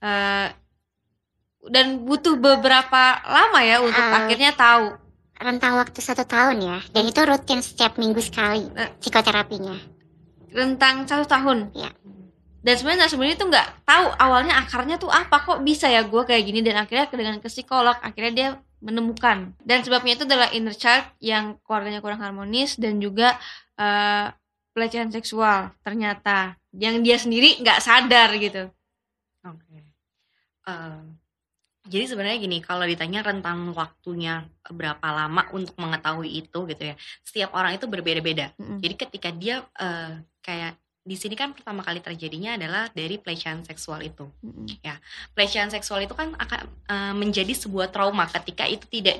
dan butuh beberapa lama ya untuk akhirnya tahu. Rentang waktu 1 tahun ya, dan itu rutin setiap minggu sekali psikoterapinya. Rentang 1 tahun? Ya. Dan sebenarnya narasumber itu nggak tahu awalnya akarnya tuh apa, kok bisa ya gue kayak gini, dan akhirnya dengan ke psikolog akhirnya dia menemukan. Dan sebabnya itu adalah inner child yang keluarganya kurang harmonis, dan juga pelecehan seksual ternyata yang dia sendiri nggak sadar gitu. Oke. Jadi sebenarnya gini, kalau ditanya rentang waktunya berapa lama untuk mengetahui itu gitu ya, setiap orang itu berbeda-beda. Jadi ketika dia kayak di sini kan pertama kali terjadinya adalah dari pelecehan seksual itu. Ya, pelecehan seksual itu kan akan menjadi sebuah trauma ketika itu tidak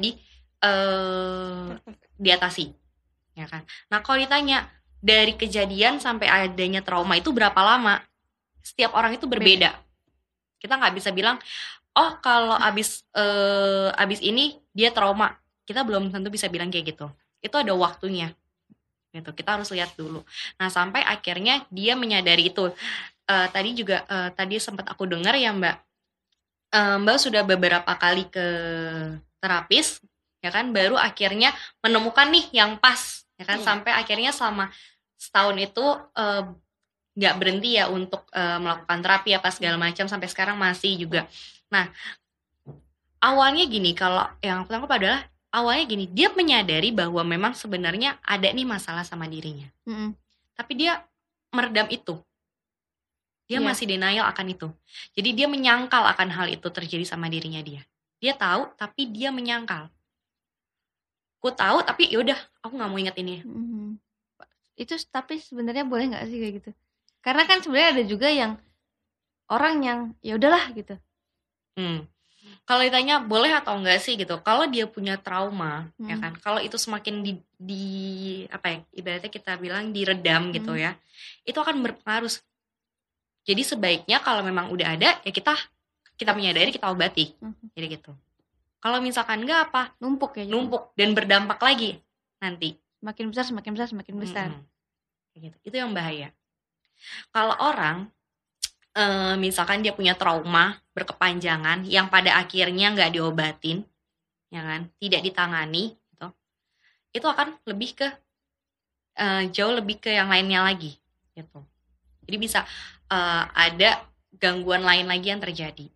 diatasi, ya kan. Nah, kalau ditanya dari kejadian sampai adanya trauma itu berapa lama, setiap orang itu berbeda. Kita nggak bisa bilang, oh kalau abis ini dia trauma. Kita belum tentu bisa bilang kayak gitu. Itu ada waktunya. Gitu. Kita harus lihat dulu. Nah, sampai akhirnya dia menyadari itu. Tadi sempat aku dengar ya Mbak. Mbak sudah beberapa kali ke terapis, ya kan, baru akhirnya menemukan nih yang pas, ya kan, sampai akhirnya selama setahun itu nggak berhenti ya untuk melakukan terapi apa segala macam, sampai sekarang masih juga. Nah, awalnya gini, kalau yang aku tangkap adalah awalnya gini, dia menyadari bahwa memang sebenarnya ada nih masalah sama dirinya. Tapi dia meredam itu. Dia Iya. masih denial akan itu. Jadi dia menyangkal akan hal itu terjadi sama dirinya dia. Dia tahu tapi dia menyangkal. Aku tahu tapi yaudah aku nggak mau inget ini. Itu tapi sebenarnya boleh nggak sih kayak gitu? Karena kan sebenarnya ada juga yang orang yang ya udahlah gitu. Kalau ditanya boleh atau enggak sih gitu, kalau dia punya trauma, ya kan, kalau itu semakin di apa ya, ibaratnya kita bilang diredam gitu ya, itu akan berpengaruh. Jadi sebaiknya kalau memang udah ada, ya kita menyadari, kita obati, jadi gitu. Kalau misalkan enggak apa, Numpuk ya. numpuk dan berdampak lagi nanti. Semakin besar, semakin besar, semakin besar. Kayak gitu. Itu yang bahaya. Kalau orang misalkan dia punya trauma berkepanjangan yang pada akhirnya nggak diobatin, ya kan, tidak ditangani, gitu, itu akan lebih ke jauh lebih ke yang lainnya lagi, gitu. Jadi bisa ada gangguan lain lagi yang terjadi.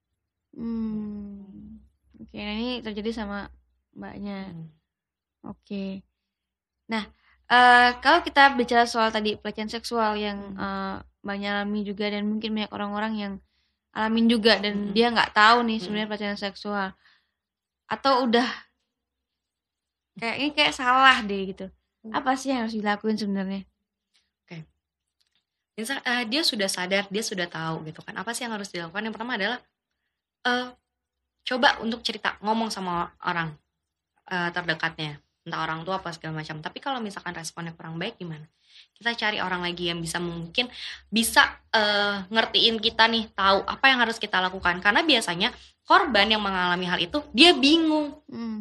Oke, nah ini terjadi sama mbaknya. Oke. Nah, kalau kita bicara soal tadi pelecehan seksual yang banyak alami juga dan mungkin banyak orang-orang yang alamin juga dan dia nggak tahu nih sebenarnya pelecehan seksual atau udah kayak ini kayak salah deh gitu. Apa sih yang harus dilakuin sebenarnya? Oke. Misal dia sudah sadar, dia sudah tahu gitu kan. Apa sih yang harus dilakukan? Yang pertama adalah coba untuk cerita, ngomong sama orang terdekatnya, entah orang tua apa segala macam. Tapi kalau misalkan responnya kurang baik gimana? Kita cari orang lagi yang mungkin bisa ngertiin kita nih, tahu apa yang harus kita lakukan. Karena biasanya korban yang mengalami hal itu dia bingung,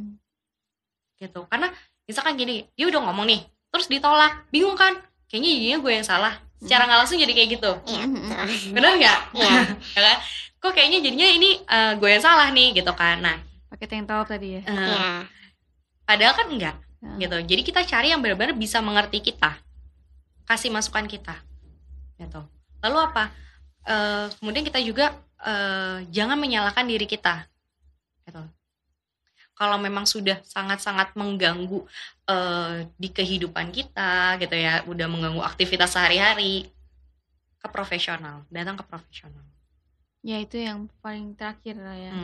gitu. Karena misalkan gini, dia udah ngomong nih, terus ditolak, bingung kan? Kayaknya jadinya gue yang salah. Secara nggak langsung jadi kayak gitu. Iya, betul. Benar nggak? Iya. Ya kan? Kok kayaknya jadinya ini gue yang salah nih, gitu kan? Nah, pakai tank top tadi ya. Iya. Padahal kan enggak, gitu. Jadi kita cari yang benar-benar bisa mengerti kita, kasih masukan kita, gitu. Lalu apa? Kemudian kita juga jangan menyalahkan diri kita, gitu. Kalau memang sudah sangat-sangat mengganggu di kehidupan kita, gitu ya, udah mengganggu aktivitas sehari-hari, ke profesional, datang ke profesional. Ya itu yang paling terakhir lah ya.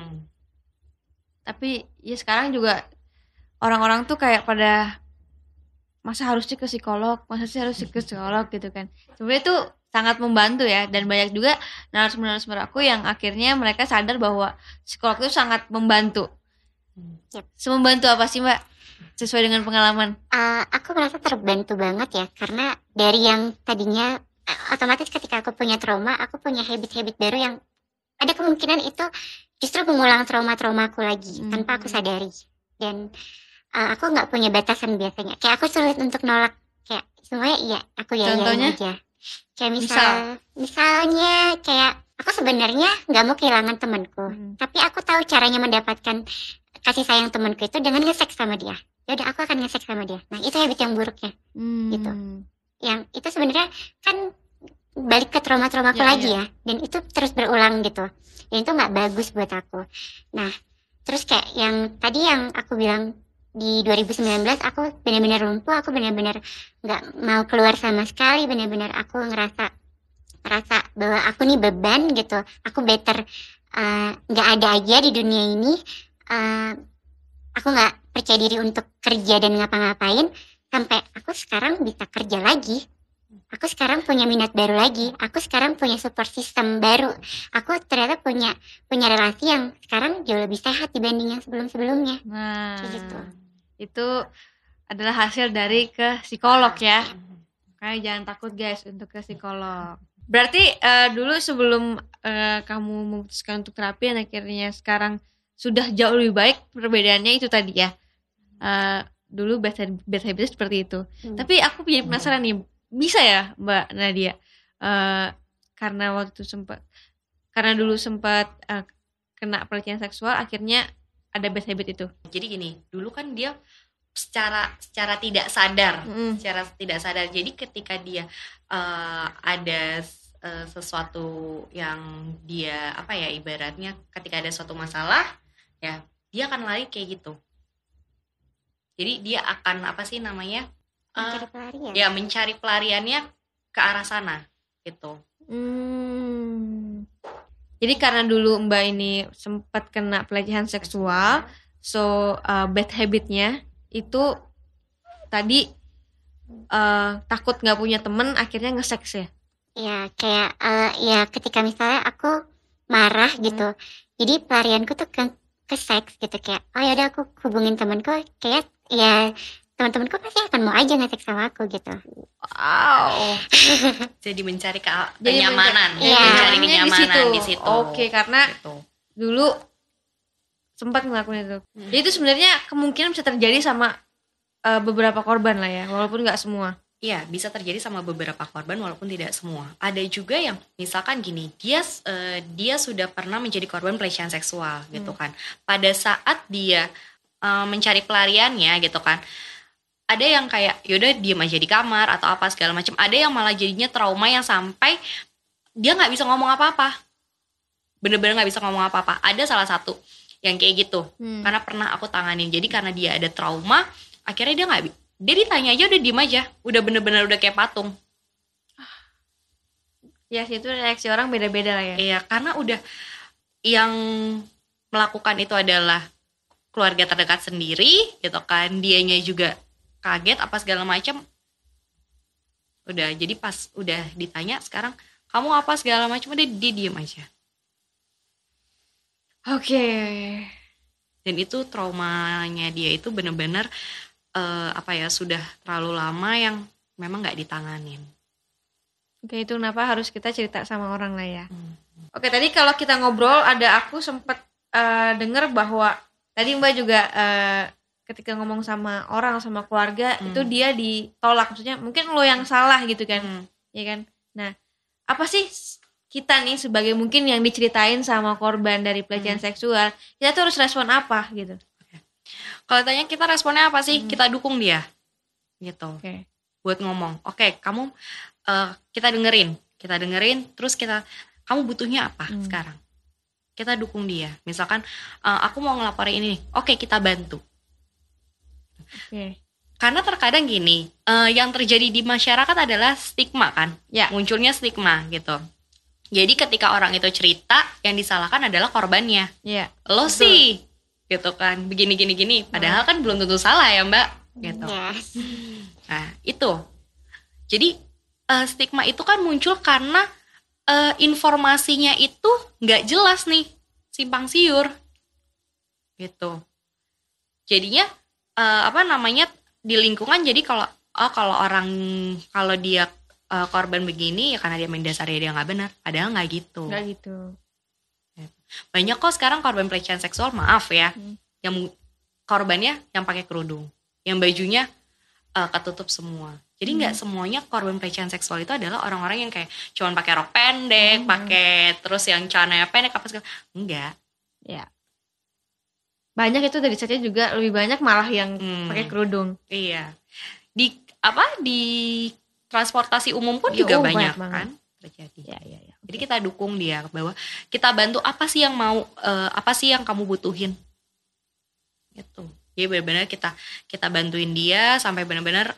Tapi ya sekarang juga orang-orang tuh kayak pada masa harus ke psikolog, masa sih harus ke psikolog gitu kan. Sebenarnya itu sangat membantu ya, dan banyak juga narasumber aku yang akhirnya mereka sadar bahwa psikolog itu sangat membantu. Semembantu apa sih Mbak? Sesuai dengan pengalaman. Aku merasa terbantu banget ya, karena dari yang tadinya otomatis ketika aku punya trauma, aku punya habit-habit baru yang ada kemungkinan itu justru mengulang trauma-trauma aku lagi tanpa aku sadari. Dan aku nggak punya batasan biasanya. Kayak aku sulit untuk nolak kayak semuanya iya, aku ya aja. Kayak misalnya kayak aku sebenarnya nggak mau kehilangan temanku, tapi aku tahu caranya mendapatkan kasih sayang temanku itu dengan nge-seks sama dia. Ya udah aku akan nge-seks sama dia. Nah, itu habit yang buruknya. Gitu. Yang itu sebenarnya kan balik ke trauma-trauma aku lagi ya. Dan itu terus berulang gitu. Dan itu nggak bagus buat aku. Nah, terus kayak yang tadi yang aku bilang di 2019 aku benar-benar lumpuh, aku benar-benar nggak mau keluar sama sekali, benar-benar aku ngerasa bahwa aku nih beban gitu. Aku better nggak ada aja di dunia ini. Aku nggak percaya diri untuk kerja dan ngapa-ngapain, sampai aku sekarang bisa kerja lagi. Aku sekarang punya minat baru lagi. Aku sekarang punya support system baru. Aku ternyata punya relasi yang sekarang jauh lebih sehat dibanding yang sebelum-sebelumnya. Nah, gitu. Itu adalah hasil dari ke psikolog ya. Makanya jangan takut guys untuk ke psikolog. Berarti dulu sebelum kamu memutuskan untuk terapi dan akhirnya sekarang sudah jauh lebih baik, perbedaannya itu tadi ya. Dulu bad habit seperti itu. Tapi aku jadi penasaran nih, bisa ya Mbak Nadia? Karena waktu dulu sempat kena pelecehan seksual, akhirnya ada bad habit itu. Jadi gini, dulu kan dia secara tidak sadar, Jadi ketika dia ada sesuatu yang dia apa ya, ibaratnya ketika ada suatu masalah ya dia akan lari kayak gitu. Jadi dia akan apa sih namanya? Mencari pelarian. Ya mencari pelariannya ke arah sana gitu. Jadi karena dulu Mbak ini sempat kena pelecehan seksual, so bad habitnya itu tadi takut nggak punya temen, akhirnya nge-seks ya. Ya kayak ya ketika misalnya aku marah gitu, jadi pelarianku tuh ke seks gitu, kayak oh ya udah aku hubungin temanku, kayak ya teman-temanku pasti akan mau aja nge-seks sama aku gitu. Wow. Jadi mencari Jadi kenyamanan, Iya. mencari Kenyamanan kenyamanan di situ. Oke, karena Gitu. dulu sempat ngelakuin itu. Hmm. Jadi itu sebenarnya kemungkinan bisa terjadi sama beberapa korban lah ya, walaupun nggak semua. Iya, bisa terjadi sama beberapa korban walaupun tidak semua. Ada juga yang misalkan gini, dia sudah pernah menjadi korban pelecehan seksual gitu kan. Pada saat dia mencari pelariannya gitu kan, ada yang kayak yaudah diem aja di kamar atau apa segala macam. Ada yang malah jadinya trauma yang sampai dia nggak bisa ngomong apa-apa, bener-bener nggak bisa ngomong apa-apa. Ada salah satu yang kayak gitu, karena pernah aku tanganin. Jadi karena dia ada trauma, akhirnya dia ditanya aja udah diem aja, udah bener-bener udah kayak patung. Ya itu reaksi orang beda-beda lah ya. Iya, karena udah yang melakukan itu adalah keluarga terdekat sendiri gitu kan, dianya juga kaget apa segala macam. Udah, jadi pas udah ditanya sekarang kamu apa segala macam, dia diem aja. Oke. Dan itu traumanya dia itu bener-bener sudah terlalu lama yang memang nggak ditanganin. Oke, itu kenapa harus kita cerita sama orang lah ya. Oke, tadi kalau kita ngobrol ada aku sempat dengar bahwa tadi Mbak juga ketika ngomong sama orang, sama keluarga itu dia ditolak, maksudnya mungkin lo yang salah gitu kan, ya kan. Nah, apa sih kita nih sebagai mungkin yang diceritain sama korban dari pelecehan seksual, kita tuh harus respon apa gitu? Kalau tanya kita responnya apa sih? Kita dukung dia, gitu. Oke. Buat ngomong, oke, kamu kita dengerin, terus kamu butuhnya apa sekarang? Kita dukung dia. Misalkan aku mau ngelaporin ini, oke kita bantu. Oke. Karena terkadang gini, yang terjadi di masyarakat adalah stigma kan, Ya. munculnya stigma gitu. Jadi ketika orang itu cerita, yang disalahkan adalah korbannya. Iya. Lo sih, gitu kan, begini. Padahal kan belum tentu salah ya Mbak, gitu. Yes. Nah itu, jadi stigma itu kan muncul karena informasinya itu nggak jelas nih, simpang siur, gitu. Jadinya di lingkungan jadi kalau dia korban begini ya karena dia mendasari dia nggak benar, padahal nggak gitu. Nggak gitu. Banyak kok sekarang korban pelecehan seksual, maaf ya, yang korbannya yang pakai kerudung, yang bajunya ketutup semua. Jadi nggak semuanya korban pelecehan seksual itu adalah orang-orang yang kayak cuman pakai rok pendek, pakai terus yang celananya pendek apa segala. Enggak. Ya. Banyak itu dari saja juga lebih banyak malah yang pakai kerudung. Iya. Di transportasi umum pun Iya, juga banyak banyak banget. kan terjadi. Ya. Jadi kita dukung dia bahwa kita bantu apa sih yang kamu butuhin. Gitu. Jadi benar-benar kita bantuin dia sampai benar-benar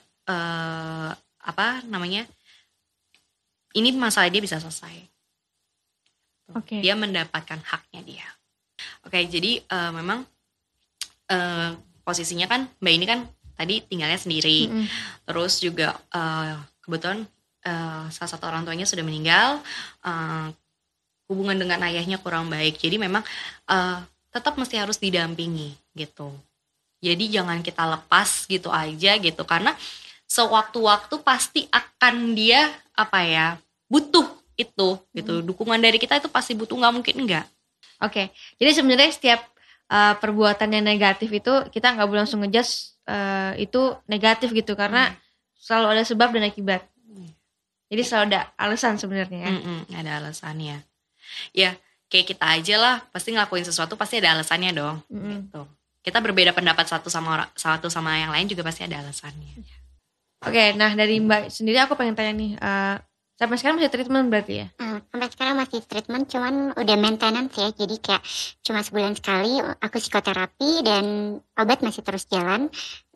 ini masalah dia bisa selesai. Oke. Dia mendapatkan haknya dia. Oke, jadi memang posisinya kan Mbak ini kan tadi tinggalnya sendiri. Terus juga kebetulan salah satu orang tuanya sudah meninggal, hubungan dengan ayahnya kurang baik. Jadi memang tetap mesti harus didampingi gitu. Jadi jangan kita lepas gitu aja gitu, karena sewaktu-waktu pasti akan dia butuh itu gitu. Dukungan dari kita itu pasti butuh, nggak mungkin enggak. Oke. Jadi sebenarnya setiap perbuatan yang negatif itu kita nggak boleh langsung ngejudge itu negatif gitu, karena selalu ada sebab dan akibat. Jadi selalu ada alasan sebenarnya ya. Ada alasannya. Ya kayak kita aja lah, pasti ngelakuin sesuatu pasti ada alasannya dong. Gitu. Kita berbeda pendapat satu sama yang lain juga pasti ada alasannya. Oke, nah dari Mbak sendiri aku pengen tanya nih, sampai sekarang masih treatment berarti ya? Sampai sekarang masih treatment, cuman udah maintenance ya, jadi kayak cuma sebulan sekali aku psikoterapi dan obat masih terus jalan.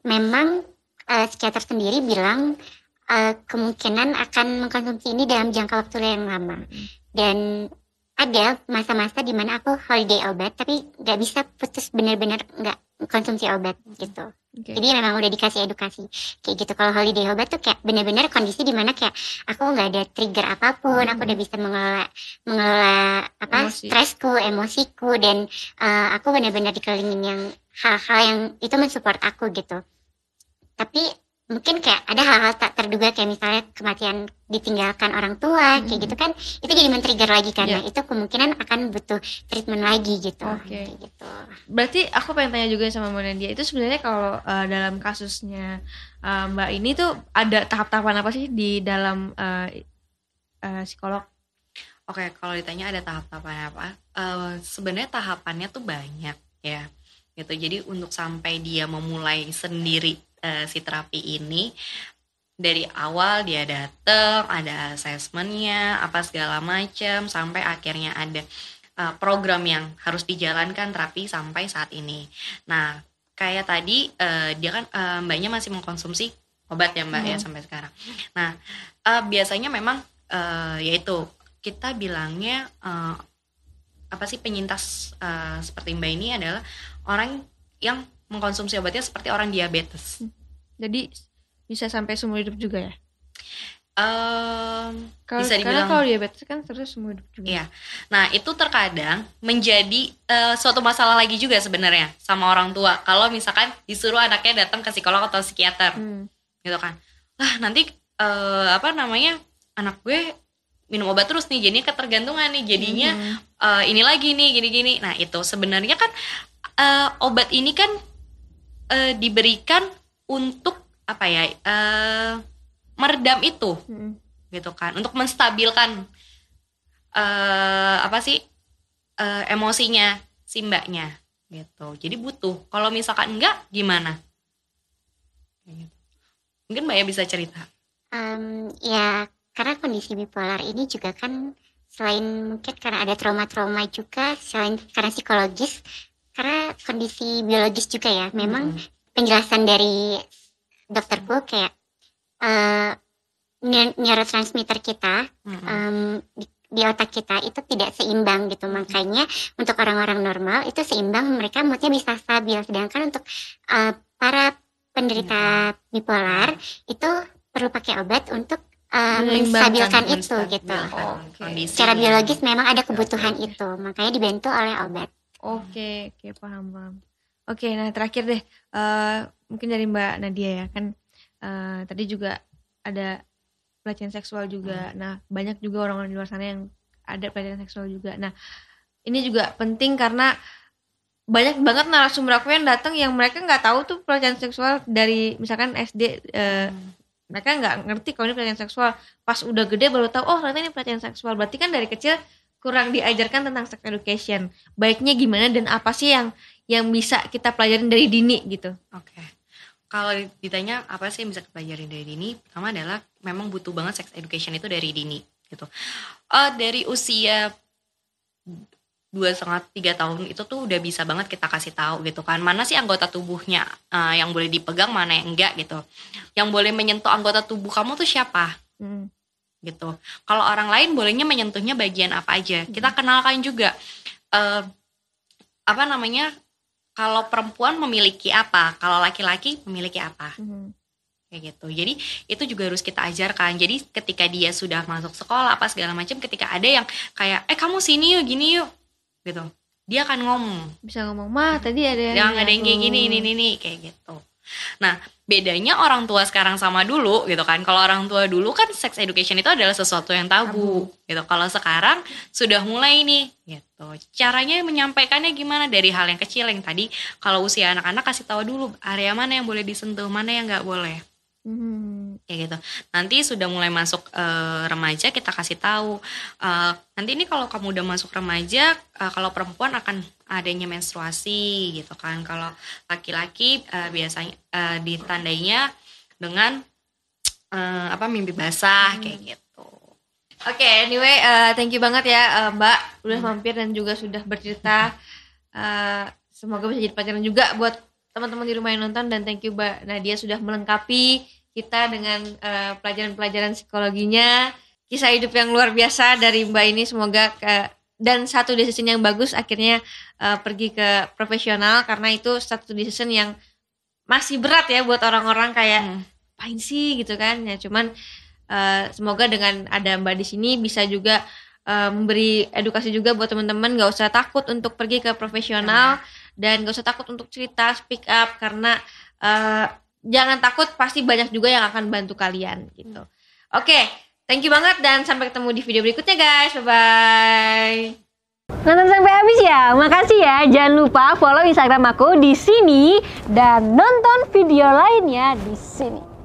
memang psikiater sendiri bilang kemungkinan akan mengkonsumsi ini dalam jangka waktu yang lama. Dan ada masa-masa di mana aku holiday obat, tapi nggak bisa putus benar-benar nggak konsumsi obat gitu. Oke. Jadi memang udah dikasih edukasi kayak gitu. Kalau holiday obat tuh kayak benar-benar kondisi di mana kayak aku nggak ada trigger apapun, aku udah bisa mengelola Emosi. stresku, emosiku, dan aku benar-benar dikelilingin yang hal-hal yang itu mensupport aku gitu. Tapi mungkin kayak ada hal-hal tak terduga kayak misalnya kematian ditinggalkan orang tua kayak gitu kan, itu jadi men-trigger lagi karena itu kemungkinan akan butuh treatment lagi gitu. Oke. Kayak gitu. Berarti aku pengen tanya juga sama Mbak Nadia, itu sebenarnya kalau dalam kasusnya Mbak ini tuh ada tahap-tahapan apa sih di dalam psikolog? Oke, kalau ditanya ada tahap-tahapan apa? Sebenarnya tahapannya tuh banyak ya. Gitu. Jadi untuk sampai dia memulai sendiri si terapi ini, dari awal dia datang, ada assessmentnya, apa segala macam, sampai akhirnya ada program yang harus dijalankan terapi sampai saat ini. Nah, kayak tadi dia kan mbaknya masih mengkonsumsi obat ya mbak ya sampai sekarang. Nah, biasanya memang yaitu kita bilangnya apa sih penyintas seperti mbak ini adalah orang yang mengkonsumsi obatnya seperti orang diabetes. Jadi bisa sampai seumur hidup juga ya? Bisa Karena dibilang kalau diabetes kan terus seumur hidup juga. iya. Nah itu terkadang menjadi suatu masalah lagi juga sebenarnya sama orang tua. Kalau misalkan disuruh anaknya datang ke psikolog atau psikiater, gitu kan. Lah nanti apa namanya anak gue minum obat terus nih, jadinya ketergantungan nih, jadinya ini lagi nih gini-gini. Nah itu sebenarnya kan obat ini kan diberikan untuk apa ya meredam itu, gitu kan, untuk menstabilkan apa sih emosinya si mbaknya, gitu. Jadi butuh. Kalau misalkan enggak, gimana? Mungkin mbaknya bisa cerita. Ya karena kondisi bipolar ini juga kan selain mungkin karena ada trauma-trauma juga, selain karena psikologis, karena kondisi biologis juga ya. Memang penjelasan dari dokterku kayak neurotransmitter kita di otak kita itu tidak seimbang gitu. Makanya untuk orang-orang normal itu seimbang, mereka moodnya bisa stabil. Sedangkan untuk para penderita bipolar itu perlu pakai obat untuk menstabilkan itu gitu. Secara biologis memang ada kebutuhan itu, makanya dibantu oleh obat. Oke, paham. Oke, nah terakhir deh, mungkin dari Mbak Nadia ya kan, tadi juga ada pelecehan seksual juga. Nah banyak juga orang-orang di luar sana yang ada pelecehan seksual juga. Nah ini juga penting karena banyak banget narasumber aku yang datang yang mereka nggak tahu tuh pelecehan seksual dari misalkan SD. Mereka nggak ngerti kalau ini pelecehan seksual. Pas udah gede baru tahu, oh ternyata ini pelecehan seksual. Berarti kan dari kecil kurang diajarkan tentang sex education. Baiknya gimana dan apa sih yang bisa kita pelajarin dari dini gitu. Oke. Kalau ditanya apa sih yang bisa kita pelajarin dari dini, pertama adalah memang butuh banget sex education itu dari dini gitu. Dari usia 2,5-3 tahun itu tuh udah bisa banget kita kasih tahu gitu kan, mana sih anggota tubuhnya yang boleh dipegang, mana yang enggak gitu, yang boleh menyentuh anggota tubuh kamu tuh siapa gitu. Kalau orang lain bolehnya menyentuhnya bagian apa aja, kita kenalkan juga apa namanya, kalau perempuan memiliki apa, kalau laki-laki memiliki apa, kayak gitu. Jadi itu juga harus kita ajarkan. Jadi ketika dia sudah masuk sekolah apa segala macam, ketika ada yang kayak kamu sini yuk, gini yuk gitu, dia akan bisa ngomong, mah tadi ada yang kayak gini ini kayak gitu. Nah bedanya orang tua sekarang sama dulu gitu kan. Kalau orang tua dulu kan sex education itu adalah sesuatu yang tabu gitu. Kalau sekarang sudah mulai nih gitu. Caranya menyampaikannya gimana, dari hal yang kecil yang tadi, kalau usia anak-anak kasih tahu dulu area mana yang boleh disentuh, mana yang nggak boleh. Kayak gitu. Nanti sudah mulai masuk remaja, kita kasih tahu nanti ini kalau kamu udah masuk remaja, kalau perempuan akan adanya menstruasi gitu kan. Kalau laki-laki biasanya ditandainya dengan mimpi basah kayak gitu. Oke, anyway, thank you banget ya Mbak udah mampir dan juga sudah bercerita. Semoga bisa jadi pelajaran juga buat teman-teman di rumah yang nonton, dan thank you Mbak Nadia sudah melengkapi kita dengan pelajaran-pelajaran psikologinya, kisah hidup yang luar biasa dari Mbak ini. Semoga dan satu decision yang bagus akhirnya pergi ke profesional, karena itu satu decision yang masih berat ya buat orang-orang kayak apain sih gitu kan ya. Cuman semoga dengan ada Mbak di sini bisa juga memberi edukasi juga buat teman-teman, nggak usah takut untuk pergi ke profesional dan nggak usah takut untuk cerita, speak up, karena jangan takut, pasti banyak juga yang akan bantu kalian gitu. Oke, thank you banget dan sampai ketemu di video berikutnya guys, bye bye. Nonton sampai habis ya, makasih ya. Jangan lupa follow Instagram aku di sini dan nonton video lainnya di sini.